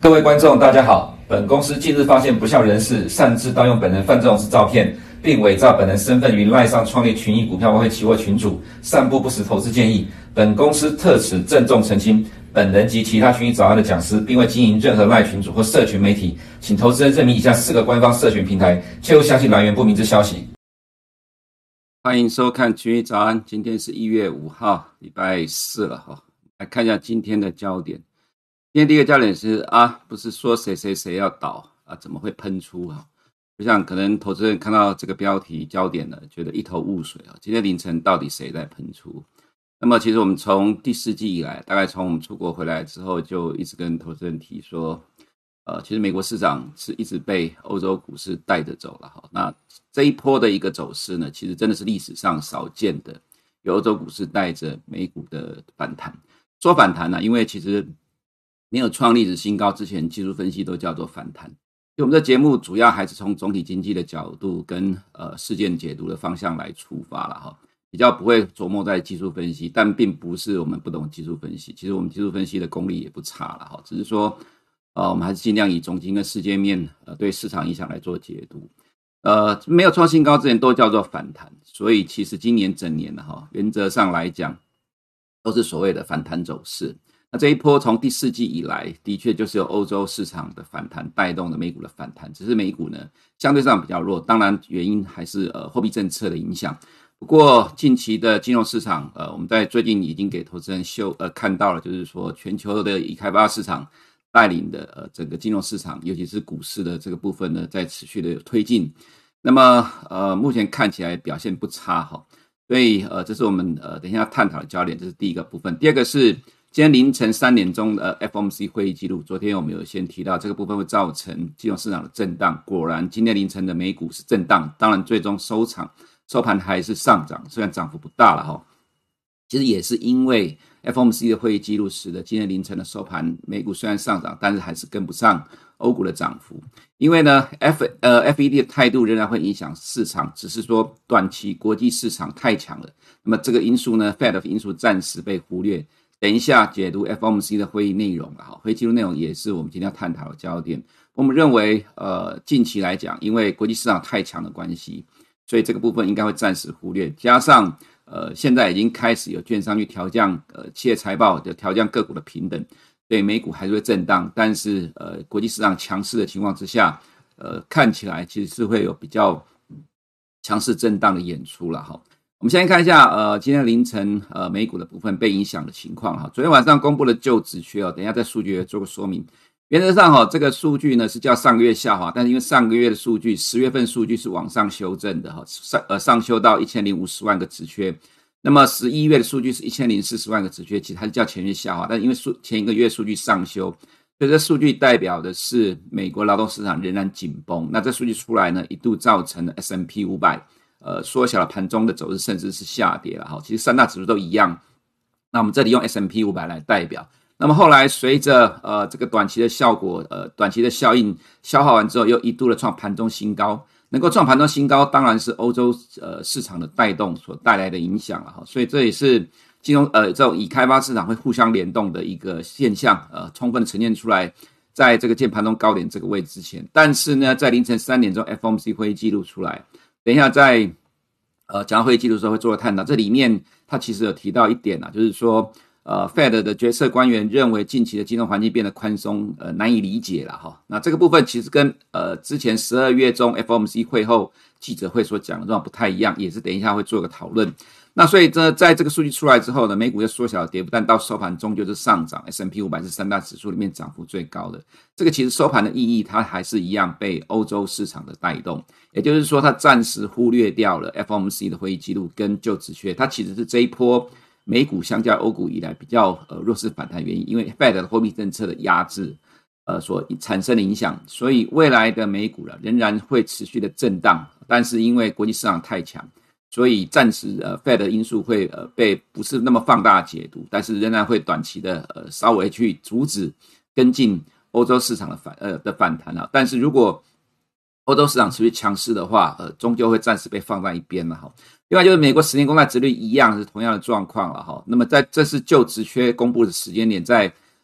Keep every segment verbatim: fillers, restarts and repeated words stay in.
各位观众，大家好。本公司近日发现不肖人士擅自盗用本人范仲式照片，并伪造本人身份于赖上创立群益股票外汇期货群组，散布不实投资建议。本公司特此郑重澄清，本人及其他群益早安的讲师，并未经营任何赖群组或社群媒体，请投资人认明以下四个官方社群平台，切勿相信来源不明之消息。 欢迎收看群益早安，今天是一月五号，礼拜四了哈。来看一下今天的焦点。今天第一个焦点是啊，不是说谁谁谁要倒啊，怎么会喷出啊？就像可能投资人看到这个标题焦点呢，觉得一头雾水啊。今天凌晨到底谁在喷出？那么其实我们从第四季以来，大概从我们出国回来之后，就一直跟投资人提说，呃，其实美国市场是一直被欧洲股市带着走了哈。那这一波的一个走势呢，其实真的是历史上少见的，有欧洲股市带着美股的反弹。说反弹呢、啊，因为其实没有创历史新高之前，技术分析都叫做反弹。所以我们的节目主要还是从总体经济的角度跟呃事件解读的方向来出发了哈，比较不会琢磨在技术分析，但并不是我们不懂技术分析，其实我们技术分析的功力也不差了哈，只是说呃我们还是尽量以总经跟世界面呃对市场影响来做解读。呃没有创新高之前都叫做反弹，所以其实今年整年的哈，原则上来讲都是所谓的反弹走势。那这一波从第四季以来，的确就是由欧洲市场的反弹带动的美股的反弹，只是美股呢相对上比较弱，当然原因还是呃货币政策的影响。不过近期的金融市场，呃我们在最近已经给投资人秀呃看到了，就是说全球的已开发市场带领的呃整个金融市场，尤其是股市的这个部分呢，在持续的推进。那么呃目前看起来表现不差哈，所以呃这是我们呃等一下探讨的焦点，这是第一个部分。第二个是今天凌晨三点钟的 F O M C 会议记录，昨天我们有先提到这个部分会造成金融市场的震荡，果然今天凌晨的美股是震荡，当然最终收场收盘还是上涨，虽然涨幅不大了齁。其实也是因为 F O M C 的会议记录使得今天凌晨的收盘美股虽然上涨，但是还是跟不上欧股的涨幅。因为呢 F, 呃 F E D 的态度仍然会影响市场，只是说短期国际市场太强了，那么这个因素呢 Fed 的因素暂时被忽略。等一下解读 F O M C 的会议内容了，会议记录内容也是我们今天要探讨的焦点。我们认为呃近期来讲，因为国际市场太强的关系，所以这个部分应该会暂时忽略，加上呃现在已经开始有券商去调降呃企业财报的调降个股的评等，所以美股还是会震荡，但是呃国际市场强势的情况之下，呃看起来其实是会有比较强势震荡的演出了哈。我们先看一下呃今天凌晨呃美股的部分被影响的情况哈。昨天晚上公布的就职缺哦，等一下在数据做个说明。原则上哈，这个数据呢是较上个月下滑，但是因为上个月的数据十月份数据是往上修正的哈，上呃上修到一千零五十万个职缺。那么十一月的数据是一千零四十万个职缺，其实它是较前月下滑，但因为数前一个月数据上修，所以这数据代表的是美国劳动市场仍然紧绷。那这数据出来呢，一度造成了 S and P 五百呃，缩小了盘中的走势，甚至是下跌了哈。其实三大指数都一样，那我们这里用 S and P 五百来代表。那么后来随着呃这个短期的效果，呃短期的效应消化完之后，又一度的创盘中新高。能够创盘中新高，当然是欧洲呃市场的带动所带来的影响了哈。所以这也是金融呃这种已开发市场会互相联动的一个现象，呃充分的呈现出来。在这个见盘中高点这个位置之前，但是呢，在凌晨三点钟 F O M C 会议记录出来。等一下在呃讲到会议记录的时候会做个探讨，这里面他其实有提到一点啊，就是说呃 Fed 的决策官员认为近期的金融环境变得宽松，呃难以理解了哈。那这个部分其实跟呃之前十二月中 F O M C 会后记者会所讲的状况不太一样，也是等一下会做个讨论。那所以这在这个数据出来之后呢，美股又缩小了跌幅，但到收盘终究是上涨 ，S and P 五百是三大指数里面涨幅最高的。这个其实收盘的意义，它还是一样被欧洲市场的带动，也就是说，它暂时忽略掉了 F O M C 的会议记录跟就职缺，它其实是这一波美股相较欧股以来比较呃弱势反弹原因，因为 Fed 的货币政策的压制，呃所产生的影响，所以未来的美股呢仍然会持续的震荡，但是因为国际市场太强。所以暂时呃 Fed 的因素会呃被不是那么放大解读，但是仍然会短期的呃稍微去阻止跟进欧洲市场的反呃的反弹啊。但是如果欧洲市场持续强势的话，呃终究会暂时被放在一边了哈。另外就是美国十年公债殖率一样是同样的状况了哈。那么在这是就职缺公布的时间点，在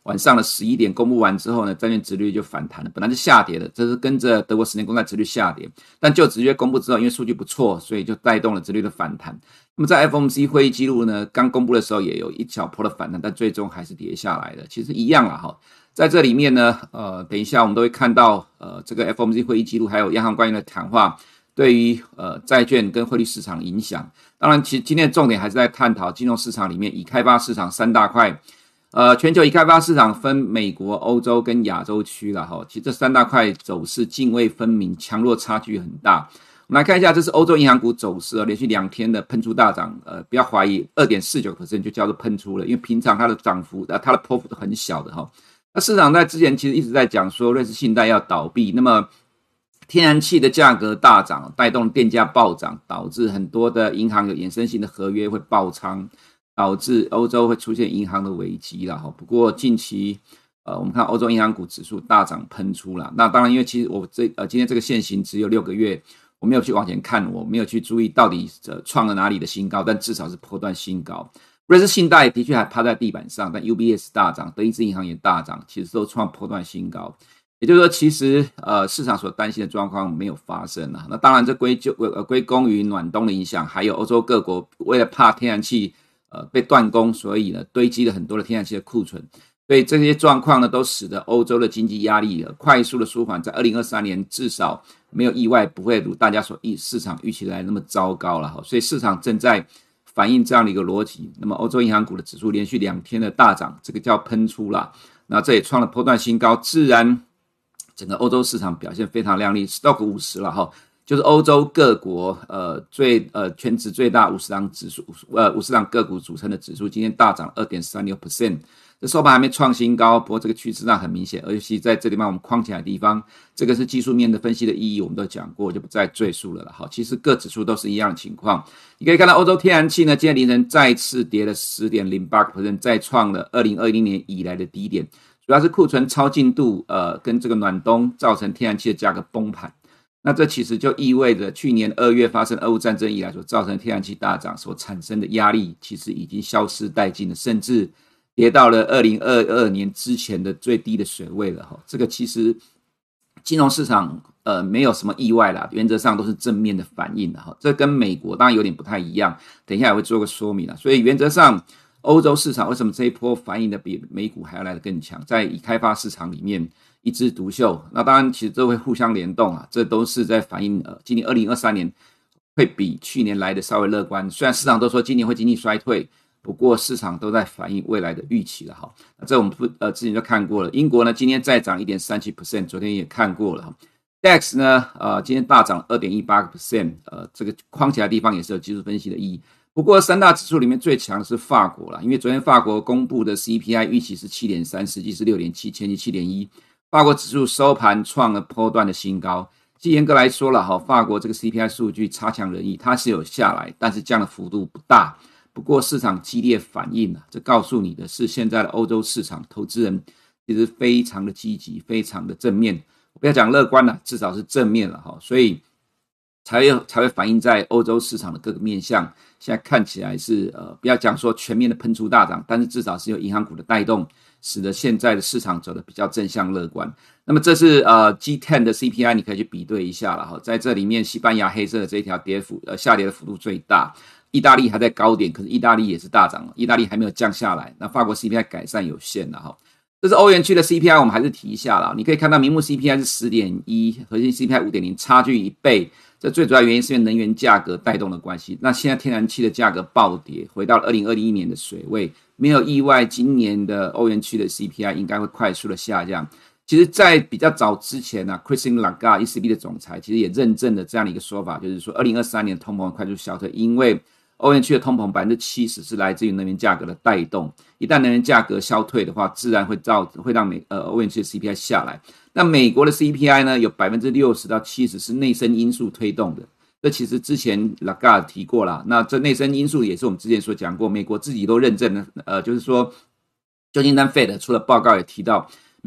晚上的十一点公布完之后呢，债券殖利率就反弹了，本来是下跌的，这是跟着德国十年公债殖利率下跌，但就殖利率公布之后，因为数据不错，所以就带动了殖利率的反弹。那么在 F O M C 会议记录呢，刚公布的时候也有一小波的反弹，但最终还是跌下来的。其实一样啦哈，在这里面呢，呃，等一下我们都会看到，呃，这个 F O M C 会议记录还有央行官员的谈话对于呃债券跟汇率市场的影响。当然，其实今天的重点还是在探讨金融市场里面已开发市场三大块。呃，全球已开发市场分美国、欧洲跟亚洲区啦齁，其实这三大块走势泾渭分明，强弱差距很大。我们来看一下，这是欧洲银行股走势，连续两天的喷出大涨，呃，不要怀疑 百分之二点四九 就叫做喷出了，因为平常它的涨幅、呃、它的波幅都很小的齁。那市场在之前其实一直在讲说瑞士信贷要倒闭，那么天然气的价格大涨，带动电价暴涨，导致很多的银行有衍生性的合约会爆仓，导致欧洲会出现银行的危机啦。不过近期呃，我们看欧洲银行股指数大涨喷出啦。那当然因为其实我这呃今天这个现行只有六个月，我没有去往前看，我没有去注意到底呃创了哪里的新高，但至少是波段新高。瑞士信贷的确还趴在地板上，但 U B S 大涨，德意志银行也大涨，其实都创波段新高。也就是说，其实呃市场所担心的状况没有发生啊。那当然这归咎呃归功于暖冬的影响，还有欧洲各国为了怕天然气呃被断供，所以呢堆积了很多的天然气的库存。所以这些状况呢，都使得欧洲的经济压力快速的舒缓，在二零二三年至少没有意外，不会如大家所预市场预期来那么糟糕了。所以市场正在反映这样的一个逻辑。那么欧洲银行股的指数连续两天的大涨，这个叫喷出啦。那这也创了波段新高，自然整个欧洲市场表现非常亮丽。S T O X 五十啦齁，就是欧洲各国呃最呃全值最大五十档指数呃五十档个股组成的指数，今天大涨 百分之二点三六。这收盘还没创新高，不过这个趋势上很明显，而且在这地方我们框起来的地方，这个是技术面的分析的意义，我们都讲过，就不再赘述了啦。好，其实各指数都是一样的情况。你可以看到欧洲天然气呢，今天凌晨再次跌了 百分之十点零八， 再创了二零二零年以来的低点，主要是库存超进度呃跟这个暖冬造成天然气的价格崩盘。那这其实就意味着去年二月发生俄乌战争以来所造成的天然气大涨所产生的压力其实已经消失殆尽了，甚至跌到了二零二二年之前的最低的水位了。这个其实金融市场呃没有什么意外啦，原则上都是正面的反应的。这跟美国当然有点不太一样，等一下也会做个说明啦。所以原则上欧洲市场为什么这一波反应的比美股还要来得更强，在已开发市场里面一枝独秀。那当然其实这会互相联动啊，这都是在反映呃今年二零二三年会比去年来的稍微乐观，虽然市场都说今年会经济衰退，不过市场都在反映未来的预期了哈。这我们呃之前就看过了。英国呢今天再涨 百分之一点三七， 昨天也看过了。D A X 呢呃今天大涨 百分之二点一八， 呃这个框起来的地方也是有技术分析的意义。不过三大指数里面最强的是法国啦，因为昨天法国公布的 C P I 预期是 七点三， 实际是 六点七， 前期 七点一， 法国指数收盘创了波段的新高。其实严格来说啦，法国这个 C P I 数据差强人意，它是有下来，但是降的幅度不大。不过市场激烈反应啊，这告诉你的是现在的欧洲市场投资人其实非常的积极，非常的正面，不要讲乐观啦，至少是正面了哈，所以才会才会反映在欧洲市场的各个面向。现在看起来是呃，不要讲说全面的喷出大涨，但是至少是有银行股的带动，使得现在的市场走得比较正向乐观。那么这是呃 G 十 的 C P I， 你可以去比对一下了哈，在这里面西班牙黑色的这一条跌幅呃下跌的幅度最大。意大利还在高点，可是意大利也是大涨，意大利还没有降下来。那法国 C P I 改善有限了哈。这是欧元区的 C P I， 我们还是提一下啦。你可以看到名目 C P I 是 十点一， 核心 C P I 五点零， 差距一倍。这最主要原因是因为能源价格带动的关系。那现在天然气的价格暴跌，回到二零二一年的水位，没有意外，今年的欧元区的 C P I 应该会快速的下降。其实在比较早之前啊 Christine Lagarde E C B 的总裁其实也认证了这样的一个说法，就是说二零二三年通膨快速消退，因为欧元区的通膨 百分之七十 是来自于能源价格的带动，一旦能源价格消退的话，自然会造会让美呃欧元区的 C P I 下来。那美国的 C P I 呢，有 百分之六十到七十 是内生因素推动的，这其实之前 Lagarde 提过啦。那这内生因素也是我们之前所讲过，美国自己都认证了，呃，就是说旧金山 Fed 出了报告也提到，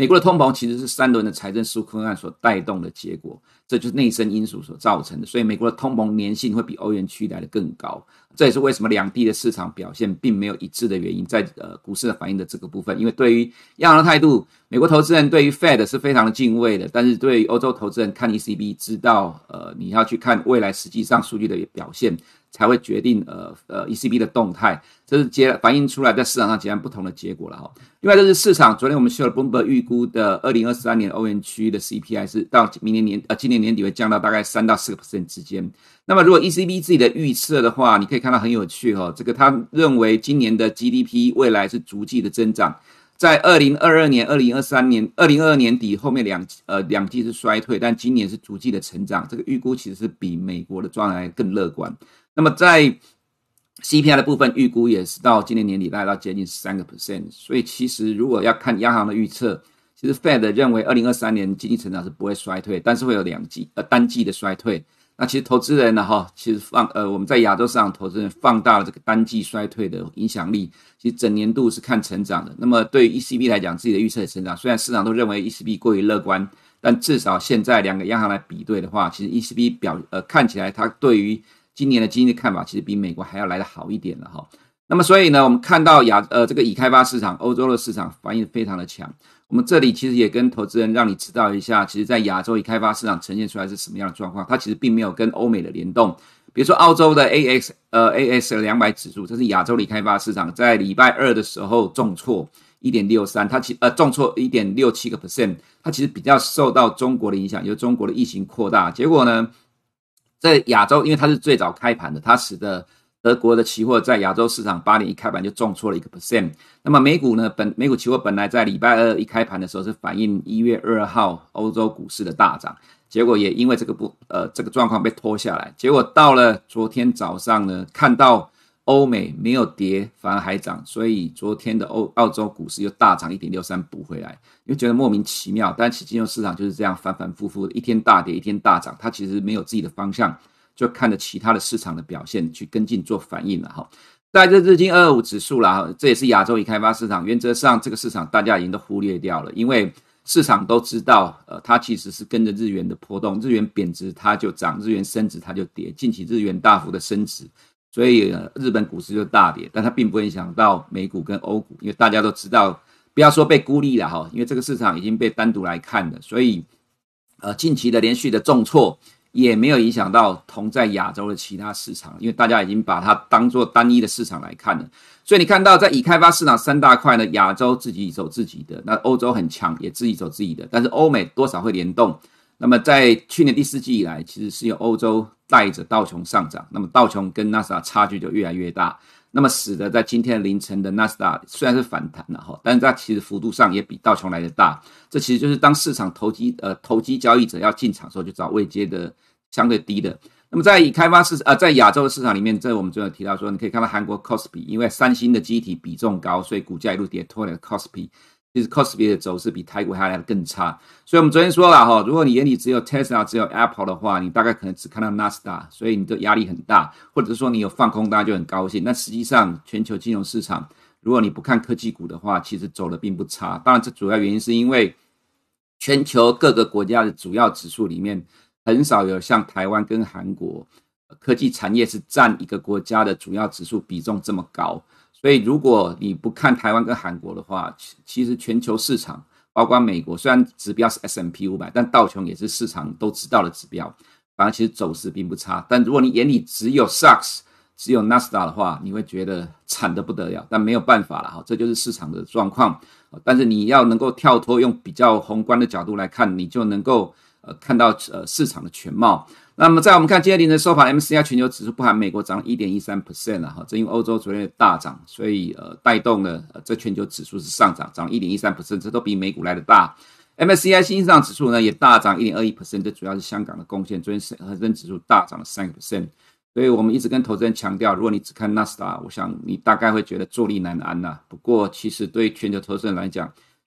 美国的通膨其实是三轮的财政纾困案所带动的结果，这就是内生因素所造成的，所以美国的通膨粘性会比欧元区来的更高，这也是为什么两地的市场表现并没有一致的原因，在呃股市的反应的这个部分。因为对于央行的态度，美国投资人对于 Fed 是非常的敬畏的，但是对于欧洲投资人看 E C B 知道呃你要去看未来实际上数据的表现，才会决定呃呃 E C B 的动态，这是结反映出来在市场上截然不同的结果了哈。另外就是市场，昨天我们秀了 Bloomberg 预估的二零二三年欧元区的 C P I 是到明年年呃今年年底会降到大概百分之三到四 之间。那么如果 E C B 自己的预测的话，你可以看到很有趣哈、哦，这个他认为今年的 G D P 未来是逐季的增长。在二零二二年、二零二三年、二零二二年底后面两呃两季是衰退，但今年是逐季的成长，这个预估其实是比美国的状态更乐观。那么在 C P I 的部分预估也是到今年年底大概到接近 百分之三， 所以其实如果要看央行的预测，其实 Fed 认为二零二三年经济成长是不会衰退，但是会有两季呃单季的衰退。那其实投资人呢哈，其实放呃我们在亚洲市场投资人放大了这个单季衰退的影响力，其实整年度是看成长的。那么对于 E C B 来讲，自己的预测也成长，虽然市场都认为 E C B 过于乐观，但至少现在两个央行来比对的话，其实 E C B 表呃看起来它对于今年的经济看法其实比美国还要来得好一点了哈。那么所以呢，我们看到亚呃这个已开发市场、欧洲的市场反应非常的强。我们这里其实也跟投资人让你知道一下，其实在亚洲已开发市场呈现出来是什么样的状况，它其实并没有跟欧美的联动。比如说澳洲的 A X 呃 A S 两百 指数，这是亚洲已开发市场，在礼拜二的时候重挫 一点六三， 它其呃重挫 一点六七 个 percent， 它其实比较受到中国的影响，由中国的疫情扩大，结果呢，在亚洲因为它是最早开盘的，它使得德国的期货在亚洲市场八点一开盘就重挫了一个 percent。那么美股呢？本美股期货本来在礼拜二一开盘的时候是反映一月二号欧洲股市的大涨，结果也因为这个不呃这个状况被拖下来。结果到了昨天早上呢，看到欧美没有跌，反而还涨，所以昨天的欧澳洲股市又大涨 一点六三 补回来，因为觉得莫名其妙。但其实金融市场就是这样反反复复的，一天大跌一天大涨，它其实没有自己的方向。就看着其他的市场的表现去跟进做反应了哈。在这日经二二五指数啦，这也是亚洲已开发市场，原则上这个市场大家已经都忽略掉了，因为市场都知道，呃，它其实是跟着日元的波动，日元贬值它就涨，日元升值它就跌，近期日元大幅的升值，所以、呃、日本股市就大跌，但它并不会影响到美股跟欧股，因为大家都知道，不要说被孤立了哈，因为这个市场已经被单独来看的，所以呃近期的连续的重挫。也没有影响到同在亚洲的其他市场，因为大家已经把它当作单一的市场来看了。所以你看到在已开发市场三大块呢，亚洲自己走自己的，那欧洲很强，也自己走自己的，但是欧美多少会联动。那么在去年第四季以来，其实是由欧洲带着道琼上涨，那么道琼跟纳斯达差距就越来越大，那么使得在今天凌晨的纳斯达虽然是反弹了，但是它其实幅度上也比道琼来的大。这其实就是当市场投机呃投机交易者要进场的时候，就找位阶的相对低的。那么在已开发市呃在亚洲的市场里面，这我们就有提到说，你可以看到韩国 K O S P I， 因为三星的机体比重高，所以股价一路跌拖了 K O S P I。其实 K O S P I 的走势比台股还来得更差，所以我们昨天说了哈，如果你眼里只有 Tesla 只有 Apple 的话，你大概可能只看到 Nasdaq， 所以你的压力很大，或者是说你有放空，大家就很高兴。但实际上全球金融市场，如果你不看科技股的话，其实走得并不差。当然这主要原因是因为全球各个国家的主要指数里面，很少有像台湾跟韩国科技产业是占一个国家的主要指数比重这么高。所以如果你不看台湾跟韩国的话，其实全球市场包括美国，虽然指标是 S and P 五百， 但道琼也是市场都知道的指标，反而其实走势并不差。但如果你眼里只有 S A X 只有 Nasdaq 的话，你会觉得惨得不得了，但没有办法了，这就是市场的状况。但是你要能够跳脱用比较宏观的角度来看，你就能够呃看到呃市场的全貌。那么在我们看今天凌晨收盘 M S C I 全球指数不含美国涨了 一点一三 percent 了，这因为欧洲昨天的大涨，所以呃带动了、呃、这全球指数是上涨，涨 一点一三 percent， 这都比美股来的大。M S C I 新兴市场指数呢也大涨 一点二一 percent， 这主要是香港的贡献，昨天恒生指数大涨了 百分之三。所以我们一直跟投资人强调，如果你只看 Nasdaq， 我想你大概会觉得坐立难安啦。不过其实对全球投资人来讲，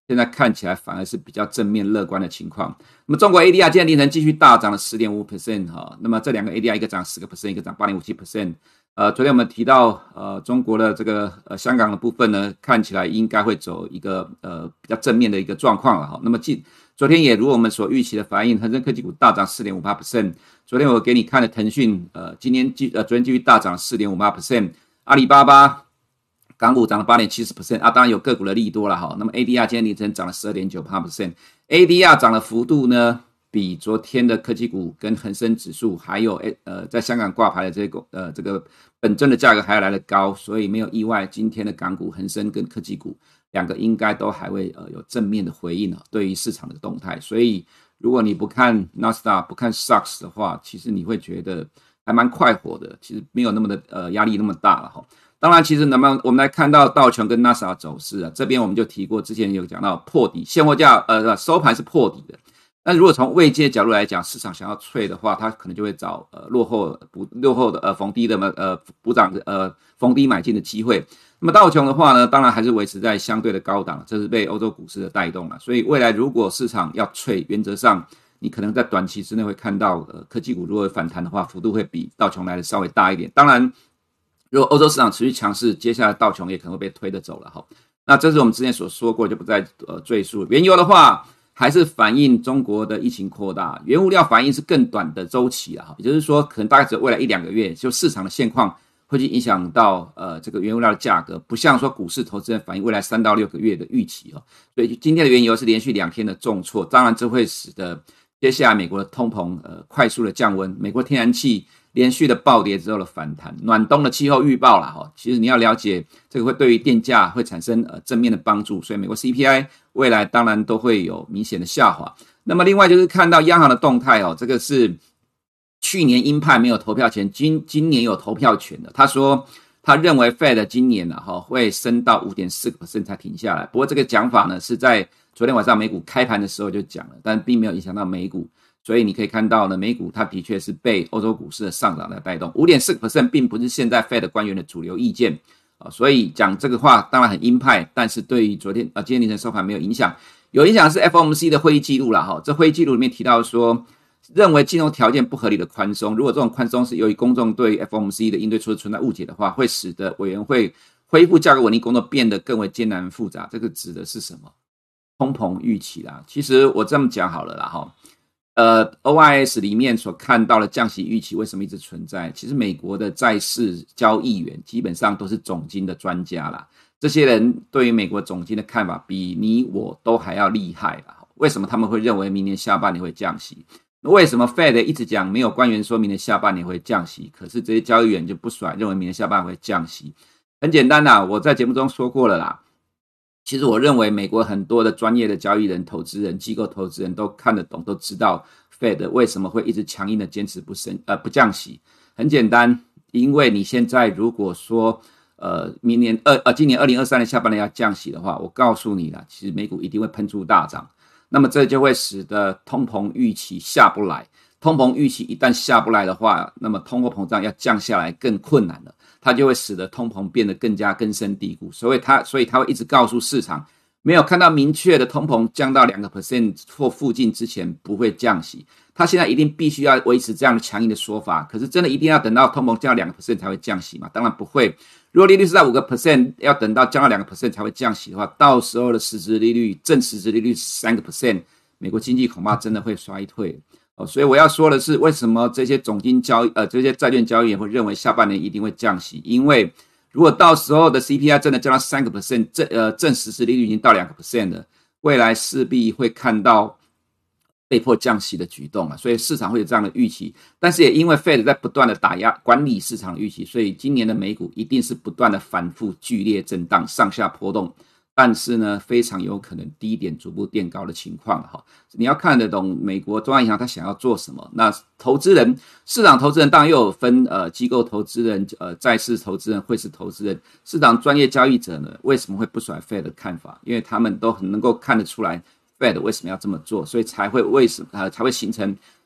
现在看起来反而是比较正面乐观的情况。那么中国 A D R 今天凌晨继续大涨了 百分之十点五 哈，那么这两个 A D R 一个涨 百分之十 一个涨 八点五七。呃，昨天我们提到呃中国的这个呃香港的部分呢，看起来应该会走一个呃比较正面的一个状况了哈。那么今昨天也如我们所预期的反应，恒生科技股大涨 百分之四点五八。昨天我给你看的腾讯呃今天继呃昨天继续大涨 百分之四点五八， 阿里巴巴港股涨了 百分之八点七十 啊，当然有个股的利多了哈。那么 A D R 今天凌晨涨了 百分之十二点九八， A D R 涨的幅度呢，比昨天的科技股跟恒生指数还有呃在香港挂牌的这个呃这个本尊的价格还要来得高，所以没有意外，今天的港股、恒生跟科技股两个应该都还会呃有正面的回应对于市场的动态。所以如果你不看 Nasdaq 不看 S A X 的话，其实你会觉得还蛮快活的，其实没有那么的呃压力那么大了哈。当然，其实那么我们来看到道琼跟 Nasdaq 走势啊，这边我们就提过，之前有讲到破底，现货价呃收盘是破底的。那如果从位阶角度来讲，市场想要脆的话，它可能就会找呃落后补落后的呃逢低的呃补涨呃逢低买进的机会。那么道琼的话呢，当然还是维持在相对的高档，这是被欧洲股市的带动了。所以未来如果市场要脆，原则上你可能在短期之内会看到呃科技股如果反弹的话，幅度会比道琼来的稍微大一点。当然，如果欧洲市场持续强势，接下来道琼也可能会被推得走了哈。那这是我们之前所说过，就不再呃赘述。原油的话，还是反映中国的疫情扩大，原物料反应是更短的周期啦，也就是说，可能大概只有未来一两个月，就市场的现况会去影响到呃这个原物料的价格，不像说股市投资人反映未来三到六个月的预期哦。所以今天的原油是连续两天的重挫，当然这会使得接下来美国的通膨呃快速的降温，美国天然气连续的暴跌之后的反弹，暖冬的气候预报啦哈，其实你要了解这个会对于电价会产生呃正面的帮助，所以美国 C P I 未来当然都会有明显的下滑。那么另外就是看到央行的动态哦，这个是去年鹰派没有投票权，今今年有投票权的。他说他认为 Fed 今年呢哈会升到 百分之五点四 才停下来。不过这个讲法呢是在昨天晚上美股开盘的时候就讲了，但并没有影响到美股。所以你可以看到呢，美股它的确是被欧洲股市的上涨来带动 百分之五点四 并不是现在 Fed 官员的主流意见。所以讲这个话当然很鹰派，但是对于昨天呃今天凌晨收盘没有影响。有影响是 F O M C 的会议记录啦哈，这会议记录里面提到说，认为金融条件不合理的宽松，如果这种宽松是由于公众对 F O M C 的应对措施存在误解的话，会使得委员会恢复价格稳定工作变得更为艰难复杂。这个指的是什么？通膨预期啦。其实我这么讲好了啦哈。呃 O I S 里面所看到的降息预期为什么一直存在？其实美国的债市交易员基本上都是总经的专家啦，这些人对于美国总经的看法比你我都还要厉害啦。为什么他们会认为明年下半年会降息？为什么 Fed 一直讲没有官员说明年下半年会降息，可是这些交易员就不甩，认为明年下半年会降息？很简单啦，我在节目中说过了啦。其实我认为美国很多的专业的交易人、投资人、机构投资人都看得懂，都知道 Fed 为什么会一直强硬的坚持不升呃不降息。很简单，因为你现在如果说呃明年二呃今年二零二三年下半年要降息的话，我告诉你啦，其实美股一定会喷出大涨，那么这就会使得通膨预期下不来。通膨预期一旦下不来的话，那么通货膨胀要降下来更困难了。它就会使得通膨变得更加根深蒂固，所以它所以它会一直告诉市场，没有看到明确的通膨降到 百分之二 或附近之前不会降息。它现在一定必须要维持这样的强硬的说法，可是真的一定要等到通膨降到 百分之二 才会降息吗？当然不会。如果利率是在 百分之五， 要等到降到 百分之二 才会降息的话，到时候的实质利率正实质利率是 百分之三， 美国经济恐怕真的会衰退。哦，所以我要说的是，为什么这些总经交易呃这些债券交易员会认为下半年一定会降息？因为如果到时候的 C P I 真的降到 百分之三， 正呃正实质利率已经到 百分之二 了，未来势必会看到被迫降息的举动啊，所以市场会有这样的预期。但是也因为 Fed 在不断的打压管理市场的预期，所以今年的美股一定是不断的反复剧烈震荡，上下波动。但是呢，非常有可能低点逐步垫高的情况哈。你要看得懂美国中央银行它想要做什么。那投资人、市场投资人当然又有分呃机构投资人、呃债市投资人、汇市投资人。市场专业交易者呢，为什么会不甩 Fed 的看法？因为他们都很能够看得出来 Fed 为什么要这么做，所以才会为什么、呃、才会形成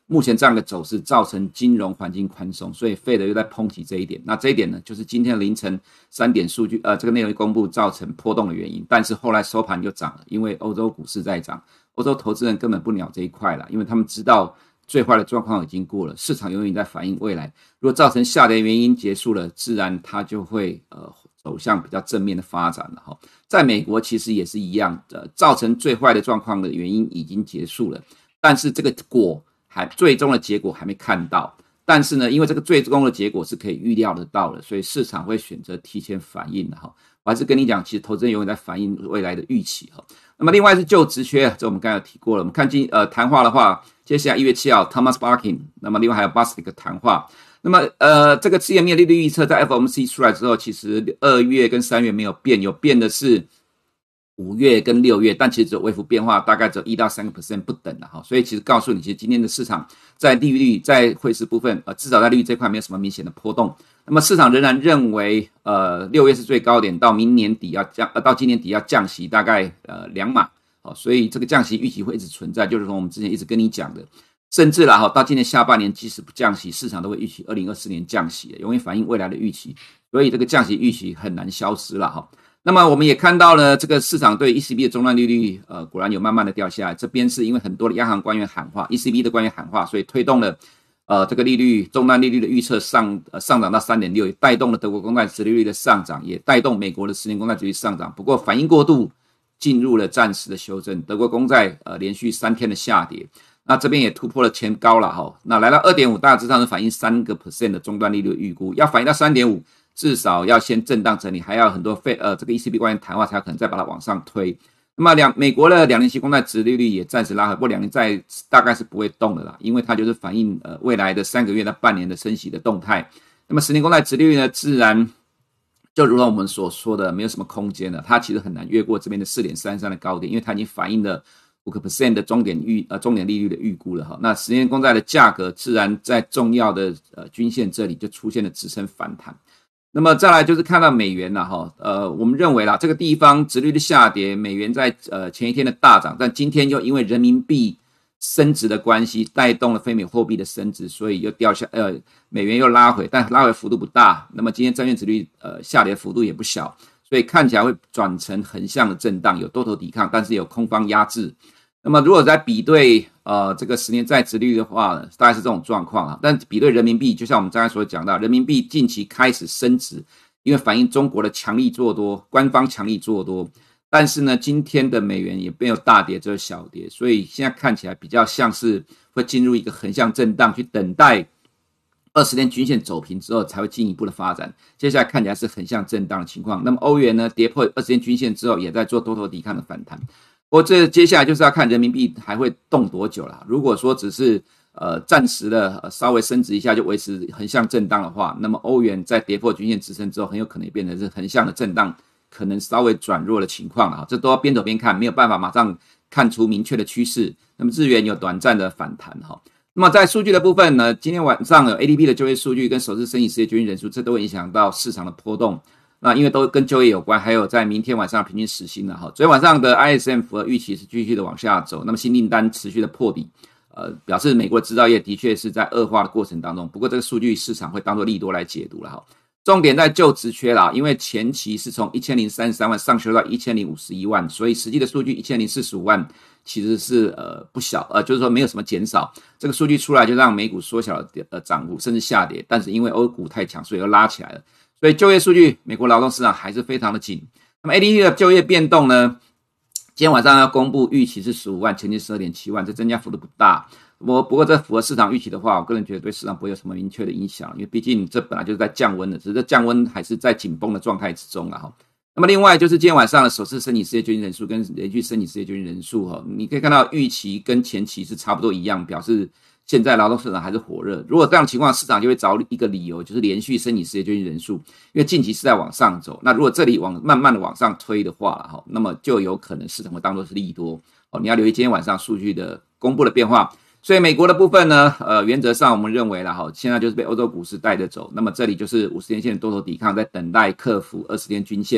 目前这样的走势造成金融环境宽松，所以 Fed 又在抨击这一点。那这一点呢，就是今天凌晨三点数据，呃，这个内容公布造成波动的原因。但是后来收盘就涨了，因为欧洲股市在涨，欧洲投资人根本不鸟这一块了，因为他们知道最坏的状况已经过了，市场永远在反映未来。如果造成下跌原因结束了，自然它就会呃走向比较正面的发展了哈。在美国其实也是一样的，造成最坏的状况的原因已经结束了，但是这个果还最终的结果还没看到。但是呢，因为这个最终的结果是可以预料得到的，所以市场会选择提前反应的哈。我还是跟你讲，其实投资人永远在反映未来的预期哈。那么另外是就职缺，这我们刚才有提过了。我们看今呃谈话的话，接下来一月七号 Thomas Barkin， 那么另外还有 Bostic 的谈话。那么呃这个企业面利率预测在 F O M C 出来之后，其实二月跟三月没有变，有变的是五月跟六月，但其实只有微幅变化，大概只有一到三个 percent 不等的哈。所以其实告诉你，其实今天的市场在利率在汇市部分，呃至少在利率这块没有什么明显的波动。那么市场仍然认为，呃，六月是最高点，到明年底要降，呃，到今年底要降息大概呃两码，好，所以这个降息预期会一直存在，就是说我们之前一直跟你讲的，甚至啦哈，到今年下半年即使不降息，市场都会预期二零二四年降息，永远反映未来的预期，所以这个降息预期很难消失了哈。那么我们也看到了，这个市场对 E C B 的终端利率，呃，果然有慢慢的掉下来，这边是因为很多的央行官员喊话 ，E C B 的官员喊话，所以推动了。呃，这个利率终端利率的预测上、呃、上涨到 三点六， 也带动了德国公债殖利率的上涨，也带动美国的十年公债殖利率上涨。不过反应过度，进入了暂时的修正，德国公债呃连续三天的下跌，那这边也突破了前高了哈。那来到 二点五， 大致上是反映 百分之三 的终端利率预估，要反映到 三点五， 至少要先震荡整理，还要很多费呃这个 E C B 官员谈话才有可能再把它往上推。那么两美国的两年期公债殖利率也暂时拉回，不过两年债大概是不会动的啦，因为它就是反映呃未来的三个月到半年的升息的动态。那么十年公债殖利率呢，自然就如同我们所说的，没有什么空间了，它其实很难越过这边的 四点三三 的高点，因为它已经反映了 百分之五 的终点预呃终点利率的预估了哈。那十年公债的价格自然在重要的呃均线这里就出现了支撑反弹。那么再来就是看到美元啦齁，呃，我们认为啦，这个地方殖利率下跌，美元在呃前一天的大涨，但今天又因为人民币升值的关系，带动了非美货币的升值，所以又掉下，呃，美元又拉回，但拉回幅度不大。那么今天债券殖利率呃下跌幅度也不小，所以看起来会转成横向的震荡，有多头抵抗，但是有空方压制。那么如果在比对呃这个十年债殖利率的话呢，大概是这种状况啊。但比对人民币，就像我们刚才所讲到，人民币近期开始升值，因为反映中国的强力做多，官方强力做多。但是呢，今天的美元也没有大跌，只有小跌，所以现在看起来比较像是会进入一个横向震荡，去等待二十天均线走平之后才会进一步的发展。接下来看起来是横向震荡的情况。那么欧元呢，跌破二十天均线之后，也在做多头抵抗的反弹。不过这接下来就是要看人民币还会动多久啦。如果说只是呃暂时的、呃、稍微升值一下就维持横向震荡的话，那么欧元在跌破均线支撑之后，很有可能变成是横向的震荡，可能稍微转弱的情况啦。这都要边走边看，没有办法马上看出明确的趋势。那么日元有短暂的反弹哈。那么在数据的部分呢，今天晚上有 A D P 的就业数据跟首次申请失业救济人数，这都会影响到市场的波动。那因为都跟就业有关，还有在明天晚上平均时薪了哈。昨天晚上的 I S M 符合预期是继续的往下走，那么新订单持续的破底，呃，表示美国的制造业的确是在恶化的过程当中。不过这个数据市场会当作利多来解读了哈。重点在就职缺啦，因为前期是从一千零三十三万上修到一千零五十一万，所以实际的数据一千零四十五万其实是呃不小，呃就是说没有什么减少。这个数据出来就让美股缩小了呃涨幅，甚至下跌，但是因为欧股太强，所以又拉起来了。所以就业数据，美国劳动市场还是非常的紧。那么 A D P 的就业变动呢？今天晚上要公布，预期是十五万，前期 十二点七万，这增加幅度不大。不过这符合市场预期的话，我个人觉得对市场不会有什么明确的影响，因为毕竟这本来就是在降温的，只是这降温还是在紧绷的状态之中啊。那么另外就是今天晚上的首次申请失业救济人数跟连续申请失业救济人数，你可以看到预期跟前期是差不多一样，表示现在劳动市场还是火热。如果这样的情况，市场就会找一个理由，就是连续申请失业救济人数，因为近期是在往上走。那如果这里往慢慢的往上推的话，那么就有可能市场会当作是利多。你要留意今天晚上数据的公布的变化。所以美国的部分呢，呃，原则上我们认为啦，现在就是被欧洲股市带着走。那么这里就是五十天线的多头抵抗，在等待克服二十天均线。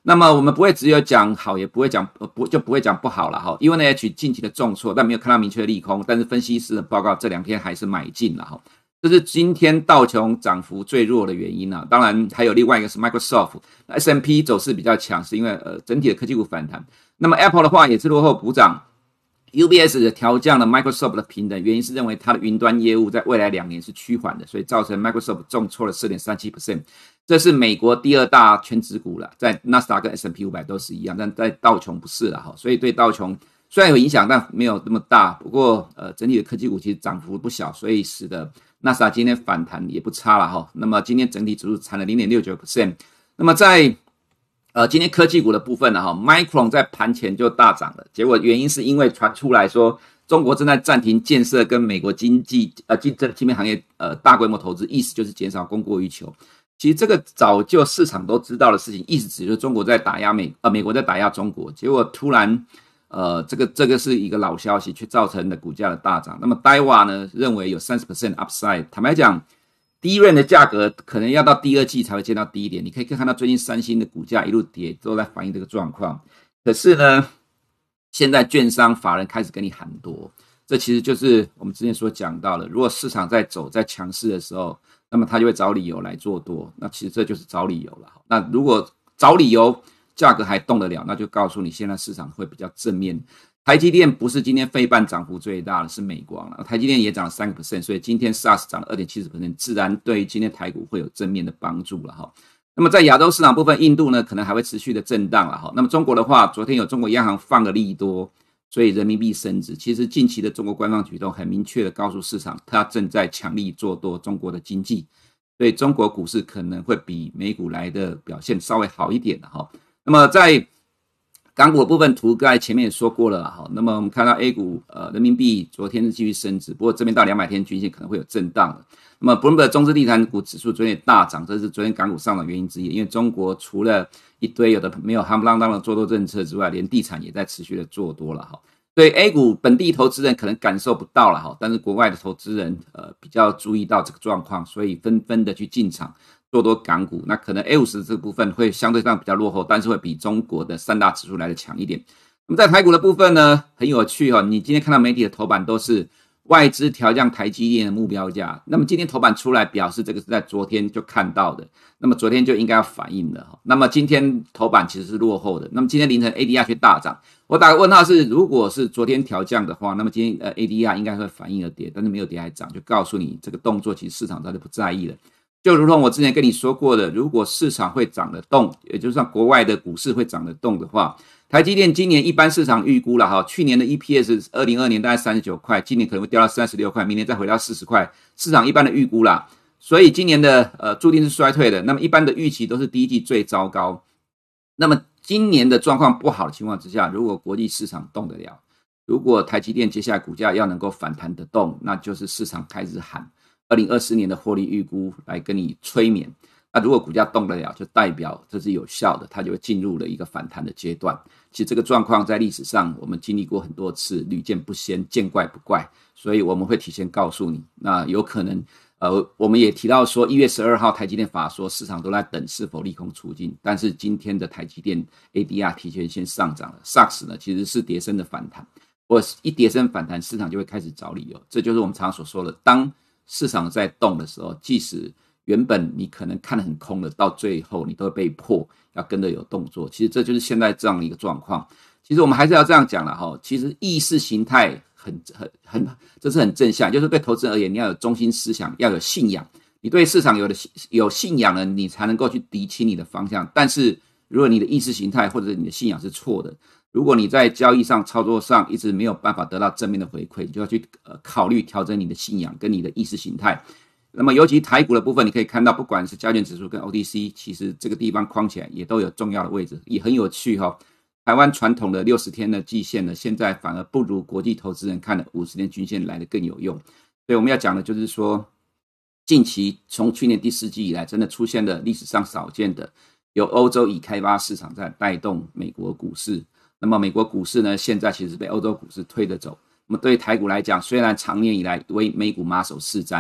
那么我们不会只有讲好，也不会讲不就不会讲不好了哈。U N H 近期的重挫，但没有看到明确的利空，但是分析师的报告这两天还是买进了哈。这是今天道琼涨幅最弱的原因啊。当然还有另外一个是 Microsoft，S and P 走势比较强，是因为呃整体的科技股反弹。那么 Apple 的话也是落后补涨。U B S 调降了 Microsoft 的评等，原因是认为它的云端业务在未来两年是趋缓的，所以造成 Microsoft 重挫了 百分之四点三七。这是美国第二大权值股了，在纳斯达克跟 S and P 五百 都是一样，但在道琼不是了，所以对道琼虽然有影响，但没有那么大。不过呃，整体的科技股其实涨幅不小，所以使得纳斯达克今天反弹也不差了。那么今天整体指数弹了 百分之零点六九。那么在呃，今天科技股的部分呢，哈 ，Micron 在盘前就大涨了，结果原因是因为传出来说，中国正在暂停建设跟美国经济呃晶晶片行业呃大规模投资，意思就是减少供过于求。其实这个早就市场都知道的事情，意思只是中国在打压美呃美国在打压中国，结果突然呃这个这个是一个老消息，却造成了股价的大涨。那么 Daiwa 呢认为有 百分之三十 upside， 坦白讲。第一轮的价格可能要到第二季才会见到低点，你可以看到最近三星的股价一路跌，都在反映这个状况。可是呢，现在券商法人开始跟你喊多，这其实就是我们之前所讲到的，如果市场在走在强势的时候，那么他就会找理由来做多，那其实这就是找理由了。那如果找理由价格还动得了，那就告诉你现在市场会比较正面。台积电不是今天费半涨幅最大的，是美光了。台积电也涨了 百分之三， 所以今天 S A R S 涨了 二点七零， 自然对于今天台股会有正面的帮助了哈。那么在亚洲市场部分，印度呢可能还会持续的震荡了哈。那么中国的话，昨天有中国央行放了利多，所以人民币升值。其实近期的中国官方举动很明确的告诉市场，它正在强力做多中国的经济，所以中国股市可能会比美股来的表现稍微好一点的哈。那么在港股的部分图刚才前面也说过了啦，那么我们看到 A 股呃人民币昨天是继续升值，不过这边到两百天均线可能会有震荡了。那么 Bloomberg 中资地产股指数昨天也大涨，这是昨天港股上涨原因之一，因为中国除了一堆有的没有夯不啷当的做多政策之外，连地产也在持续的做多了哈。对 A 股本地投资人可能感受不到了哈，但是国外的投资人呃比较注意到这个状况，所以纷纷的去进场做多港股。那可能 A 五十 这部分会相对上比较落后，但是会比中国的三大指数来的强一点。那么在台股的部分呢，很有趣哈，你今天看到媒体的头版都是外资调降台积电的目标价，那么今天头版出来表示这个是在昨天就看到的，那么昨天就应该要反映了。那么今天头版其实是落后的，那么今天凌晨 A D R 却大涨。我打个问号是，如果是昨天调降的话，那么今天呃 A D R 应该会反映了跌，但是没有跌还涨，就告诉你这个动作其实市场早就不在意了。就如同我之前跟你说过的，如果市场会涨得动，也就是说国外的股市会涨得动的话，台积电今年一般市场预估了哈，去年的 E P S 二零二二年大概三十九块，今年可能会掉到三十六块，明年再回到四十块，市场一般的预估啦。所以今年的呃注定是衰退的，那么一般的预期都是第一季最糟糕。那么今年的状况不好的情况之下，如果国际市场动得了，如果台积电接下来股价要能够反弹得动，那就是市场开始喊二零二四年的获利预估来跟你催眠。那如果股价动得了，就代表这是有效的，它就会进入了一个反弹的阶段。其实这个状况在历史上我们经历过很多次，屡见不鲜，见怪不怪，所以我们会提前告诉你。那有可能呃，我们也提到说一月十二号台积电法说市场都在等是否利空出尽，但是今天的台积电 A D R 提前先上涨了， S A R S 呢其实是跌升的反弹，或一跌升反弹市场就会开始找理由，这就是我们常常所说的，当市场在动的时候，即使原本你可能看得很空的，到最后你都会被迫要跟着有动作。其实这就是现在这样的一个状况。其实我们还是要这样讲了哈，其实意识形态很很很，这是很正向，就是对投资人而言，你要有中心思想，要有信仰。你对市场有的有信仰了，你才能够去厘清你的方向。但是如果你的意识形态或者你的信仰是错的，如果你在交易上、操作上一直没有办法得到正面的回馈，你就要去呃考虑调整你的信仰跟你的意识形态。那么尤其台股的部分，你可以看到不管是加权指数跟 O T C， 其实这个地方框起来也都有重要的位置，也很有趣哈、哦。台湾传统的六十天的季线呢，现在反而不如国际投资人看的五十天均线来的更有用。所以我们要讲的就是说，近期从去年第四季以来，真的出现了历史上少见的有欧洲已开发市场在带动美国股市。那么美国股市呢，现在其实被欧洲股市推着走。那么对台股来讲，虽然长年以来为美股马首是瞻，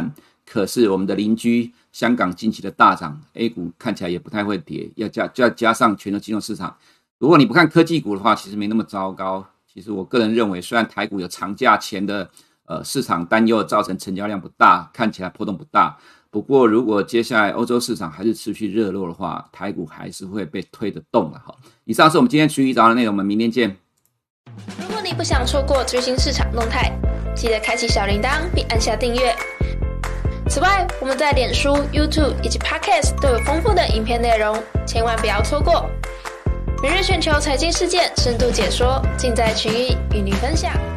可是我们的邻居香港近期的大涨 ，A 股看起来也不太会跌，要加要加上全球金融市场。如果你不看科技股的话，其实没那么糟糕。其实我个人认为，虽然台股有长假前的呃市场担忧造成成交量不大，看起来波动不大。不过如果接下来欧洲市场还是持续热络的话，台股还是会被推得动的。好，以上是我们今天群益早安的内容，我们明天见。 如果你不想错过最新市场动态，记得开启小铃铛并按下订阅。此外，我们在脸书、YouTube 以及 Podcast 都有丰富的影片内容，千万不要错过。每日全球财经事件深度解说，尽在群益与你分享。